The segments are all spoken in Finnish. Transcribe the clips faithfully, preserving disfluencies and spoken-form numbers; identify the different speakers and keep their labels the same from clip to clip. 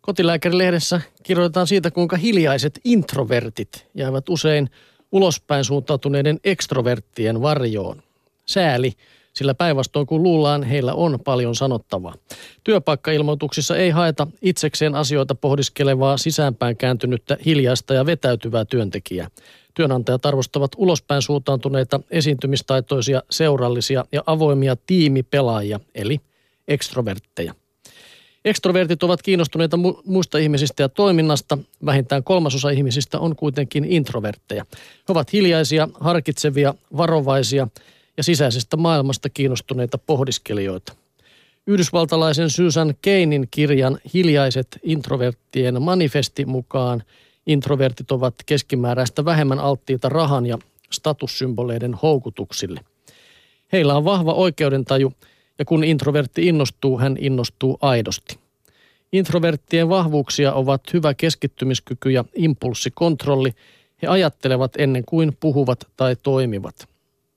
Speaker 1: Kotilääkärilehdessä kirjoitetaan siitä, kuinka hiljaiset introvertit jäävät usein ulospäin suuntautuneiden ekstroverttien varjoon. Sääli, sillä päinvastoin kun luullaan, heillä on paljon sanottavaa. Työpaikkailmoituksissa ei haeta itsekseen asioita pohdiskelevaa, sisäänpäin kääntynyttä, hiljaista ja vetäytyvää työntekijää. Työnantajat arvostavat ulospäin suuntautuneita, esiintymistaitoisia, seurallisia ja avoimia tiimipelaajia, eli ekstrovertteja. Ekstrovertit ovat kiinnostuneita mu- muista ihmisistä ja toiminnasta. Vähintään kolmasosa ihmisistä on kuitenkin introvertteja. He ovat hiljaisia, harkitsevia, varovaisia ja sisäisestä maailmasta kiinnostuneita pohdiskelijoita. Yhdysvaltalaisen Susan Cainin kirjan Hiljaiset introverttien manifesti mukaan introvertit ovat keskimääräistä vähemmän alttiita rahan ja statussymboleiden houkutuksille. Heillä on vahva oikeudentaju ja kun introvertti innostuu, hän innostuu aidosti. Introverttien vahvuuksia ovat hyvä keskittymiskyky ja impulssikontrolli. He ajattelevat ennen kuin puhuvat tai toimivat.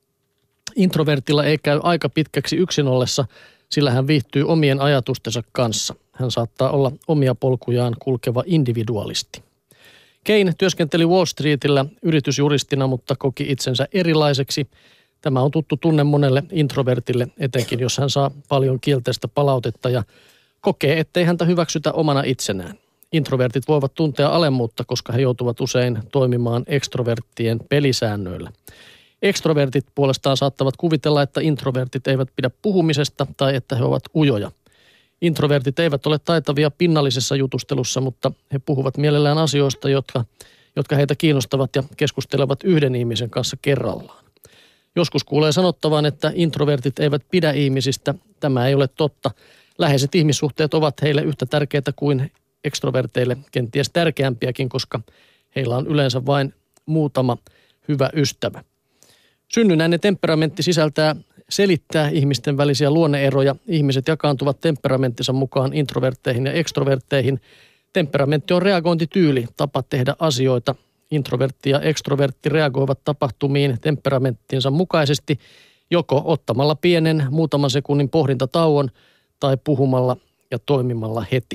Speaker 1: Introvertilla ei käy aika pitkäksi yksin ollessa, sillä hän viihtyy omien ajatustensa kanssa. Hän saattaa olla omia polkujaan kulkeva individualisti. Cain työskenteli Wall Streetillä yritysjuristina, mutta koki itsensä erilaiseksi. Tämä on tuttu tunne monelle introvertille, etenkin jos hän saa paljon kielteistä palautetta ja kokee, ettei häntä hyväksytä omana itsenään. Introvertit voivat tuntea alemmuutta, koska he joutuvat usein toimimaan ekstroverttien pelisäännöillä. Ekstrovertit puolestaan saattavat kuvitella, että introvertit eivät pidä puhumisesta tai että he ovat ujoja. Introvertit eivät ole taitavia pinnallisessa jutustelussa, mutta he puhuvat mielellään asioista, jotka, jotka heitä kiinnostavat ja keskustelevat yhden ihmisen kanssa kerrallaan. Joskus kuulee sanottavan, että introvertit eivät pidä ihmisistä. Tämä ei ole totta. Läheiset ihmissuhteet ovat heille yhtä tärkeitä kuin ekstroverteille, kenties tärkeämpiäkin, koska heillä on yleensä vain muutama hyvä ystävä. Synnynnäinen temperamentti sisältää selittää ihmisten välisiä luonneeroja. Ihmiset jakaantuvat temperamenttinsa mukaan introvertteihin ja ekstrovertteihin. Temperamentti on reagointityyli, tapa tehdä asioita. Introvertti ja ekstrovertti reagoivat tapahtumiin temperamenttinsa mukaisesti joko ottamalla pienen muutaman sekunnin pohdintatauon tai puhumalla ja toimimalla heti.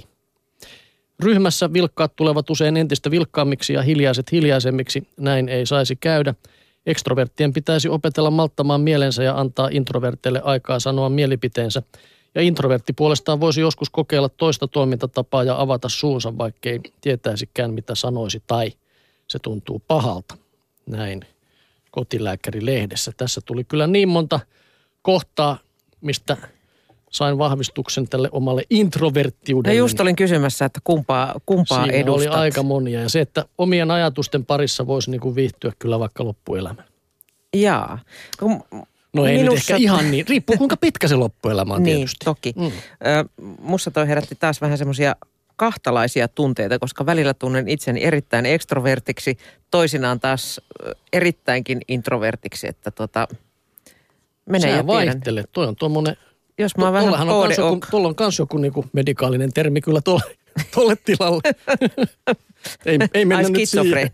Speaker 1: Ryhmässä vilkkaat tulevat usein entistä vilkkaammiksi ja hiljaiset hiljaisemmiksi. Näin ei saisi käydä. Ekstroverttien pitäisi opetella malttamaan mielensä ja antaa introverteille aikaa sanoa mielipiteensä. Ja introvertti puolestaan voisi joskus kokeilla toista toimintatapaa ja avata suunsa, vaikkei tietäisikään mitä sanoisi tai se tuntuu pahalta. Näin Kotilääkärilehdessä. Tässä tuli kyllä niin monta kohtaa, mistä sain vahvistuksen tälle omalle introverttiudelle.
Speaker 2: No just olin kysymässä, että kumpaa, kumpaa
Speaker 1: Siinä
Speaker 2: edustat.
Speaker 1: oli aika monia. Ja se, että omien ajatusten parissa voisi niinku viihtyä kyllä vaikka loppuelämän.
Speaker 2: Jaa.
Speaker 1: No ei
Speaker 2: Minussa...
Speaker 1: nyt ehkä ihan niin. Riippuu kuinka pitkä se loppuelämä on
Speaker 2: niin,
Speaker 1: tietysti.
Speaker 2: toki.
Speaker 1: Mm.
Speaker 2: Musta toi herätti taas vähän semmoisia kahtalaisia tunteita, koska välillä tunnen itseni erittäin ekstrovertiksi, toisinaan taas erittäinkin introvertiksi, että tota, menee
Speaker 1: Sä
Speaker 2: ja
Speaker 1: vaihtelet. Toi on tuommoinen,
Speaker 2: jos mä oon vähän
Speaker 1: on kans joku, tuolla on kans joku niinku medikaalinen termi kyllä tuolle, tuolle tilalle. ei, ei mennä
Speaker 2: Ai,
Speaker 1: nyt siihen.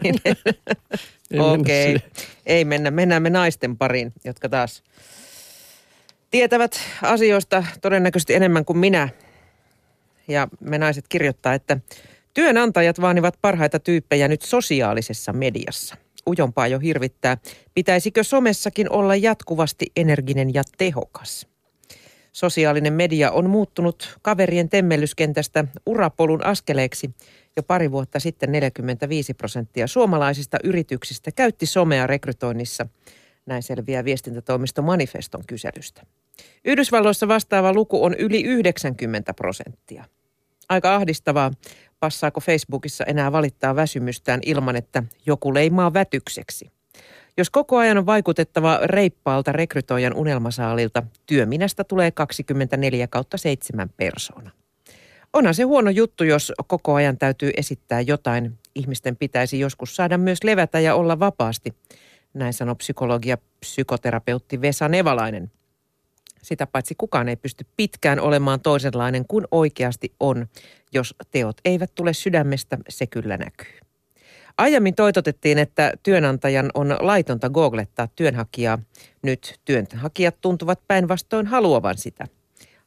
Speaker 2: Okei, okay. Ei mennä. Mennään me naisten pariin, jotka taas tietävät asioista todennäköisesti enemmän kuin minä. Ja me naiset kirjoittaa, että työnantajat vaanivat parhaita tyyppejä nyt sosiaalisessa mediassa. Ujompaa jo hirvittää. Pitäisikö somessakin olla jatkuvasti energinen ja tehokas? Sosiaalinen media on muuttunut kaverien temmellyskentästä urapolun askeleeksi. Jo pari vuotta sitten neljäkymmentäviisi prosenttia suomalaisista yrityksistä käytti somea rekrytoinnissa. Näin selviää viestintätoimisto Manifeston kyselystä. Yhdysvalloissa vastaava luku on yli yhdeksänkymmentä prosenttia. Aika ahdistavaa. Passaako Facebookissa enää valittaa väsymystään ilman, että joku leimaa vätykseksi? Jos koko ajan on vaikutettava reippaalta rekrytoijan unelmasaalilta, työminästä tulee kaksikymmentäneljä kautta seitsemän persoona. Onhan se huono juttu, jos koko ajan täytyy esittää jotain. Ihmisten pitäisi joskus saada myös levätä ja olla vapaasti. Näin sanoi psykologi ja psykoterapeutti Vesa Nevalainen. Sitä paitsi kukaan ei pysty pitkään olemaan toisenlainen kuin oikeasti on. Jos teot eivät tule sydämestä, se kyllä näkyy. Aiemmin toitotettiin, että työnantajan on laitonta googlettaa työnhakijaa. Nyt työnhakijat tuntuvat päinvastoin haluavan sitä.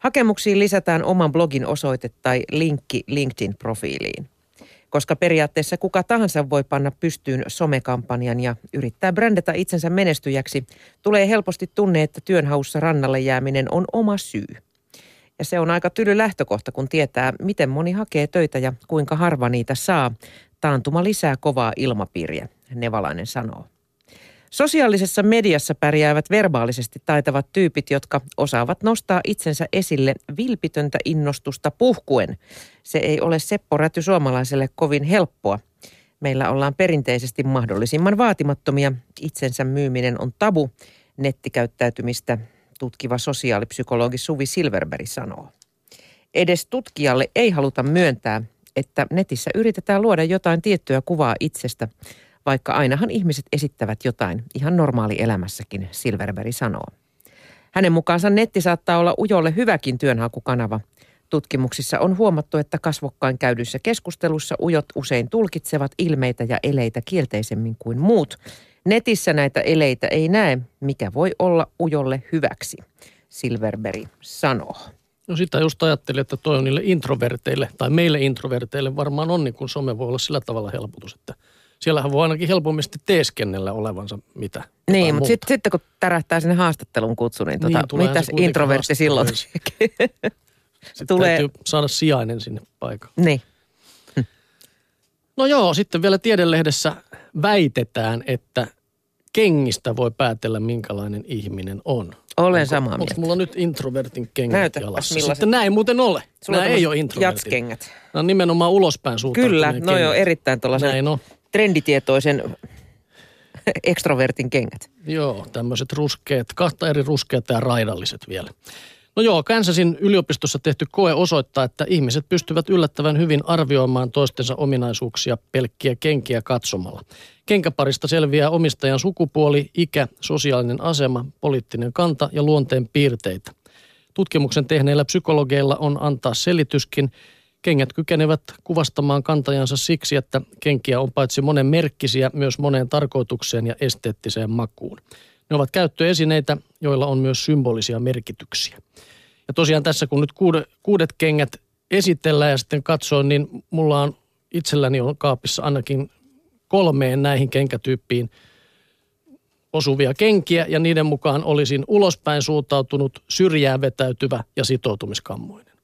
Speaker 2: Hakemuksiin lisätään oman blogin osoite tai linkki LinkedIn-profiiliin. Koska periaatteessa kuka tahansa voi panna pystyyn somekampanjan ja yrittää brändätä itsensä menestyjäksi, tulee helposti tunne, että työnhaussa rannalle jääminen on oma syy. Ja se on aika tyly lähtökohta, kun tietää, miten moni hakee töitä ja kuinka harva niitä saa. Taantuma lisää kovaa ilmapiiriä, Nevalainen sanoo. Sosiaalisessa mediassa pärjäävät verbaalisesti taitavat tyypit, jotka osaavat nostaa itsensä esille vilpitöntä innostusta puhkuen. Se ei ole Seppo Räty suomalaiselle kovin helppoa. Meillä ollaan perinteisesti mahdollisimman vaatimattomia. Itsensä myyminen on tabu. Nettikäyttäytymistä tutkiva sosiaalipsykologi Suvi Silverberg sanoo. Edes tutkijalle ei haluta myöntää, että netissä yritetään luoda jotain tiettyä kuvaa itsestä, vaikka ainahan ihmiset esittävät jotain ihan normaali elämässäkin, Silverberg sanoo. Hänen mukaansa netti saattaa olla ujolle hyväkin työnhakukanava. Tutkimuksissa on huomattu, että kasvokkain käydyissä keskustelussa ujot usein tulkitsevat ilmeitä ja eleitä kielteisemmin kuin muut. Netissä näitä eleitä ei näe, mikä voi olla ujolle hyväksi, Silverberg sanoo.
Speaker 1: No sitä just ajattelin, että toi on niille introverteille, tai meille introverteille varmaan on, niin kun some voi olla sillä tavalla helpotus, että siellähän voi ainakin helpommin teeskennellä olevansa mitä.
Speaker 2: Niin, mutta sitten sit, kun tärähtää sinne haastattelun kutsu, niin, tota, niin mitäs introvertti silloin tekee?
Speaker 1: Sitten tulee... täytyy saada sijainen sinne paikalle.
Speaker 2: Niin.
Speaker 1: Hm. No joo, sitten vielä Tiedelehdessä väitetään, että kengistä voi päätellä, minkälainen ihminen on.
Speaker 2: Olen
Speaker 1: onko,
Speaker 2: samaa
Speaker 1: onko
Speaker 2: mieltä.
Speaker 1: mulla nyt introvertin kengät
Speaker 2: Näytä,
Speaker 1: jalassa?
Speaker 2: millaiset.
Speaker 1: Sitten näin muuten ole.
Speaker 2: Sulla
Speaker 1: Nämä ei ole introvertin.
Speaker 2: jatskengät.
Speaker 1: Nämä on nimenomaan ulospäin suuntautuneen
Speaker 2: Kyllä,
Speaker 1: kengät.
Speaker 2: no joo, erittäin tuollaisen trenditietoisen ekstrovertin kengät.
Speaker 1: Joo, tämmöiset ruskeat, kahta eri ruskeat ja raidalliset vielä. No joo, Kansasin yliopistossa tehty koe osoittaa, että ihmiset pystyvät yllättävän hyvin arvioimaan toistensa ominaisuuksia pelkkiä kenkiä katsomalla. Kenkäparista selviää omistajan sukupuoli, ikä, sosiaalinen asema, poliittinen kanta ja luonteen piirteitä. Tutkimuksen tehneillä psykologeilla on antaa selityskin. Kengät kykenevät kuvastamaan kantajansa siksi, että kenkiä on paitsi monen merkkisiä, myös moneen tarkoitukseen ja esteettiseen makuun. Ne ovat käyttöesineitä, joilla on myös symbolisia merkityksiä. Ja tosiaan tässä, kun nyt kuudet, kuudet kengät esitellään ja sitten katsoin, niin mulla on itselläni on kaapissa ainakin kolmeen näihin kenkätyyppiin osuvia kenkiä, ja niiden mukaan olisin ulospäin suuntautunut, syrjään vetäytyvä ja sitoutumiskammoinen.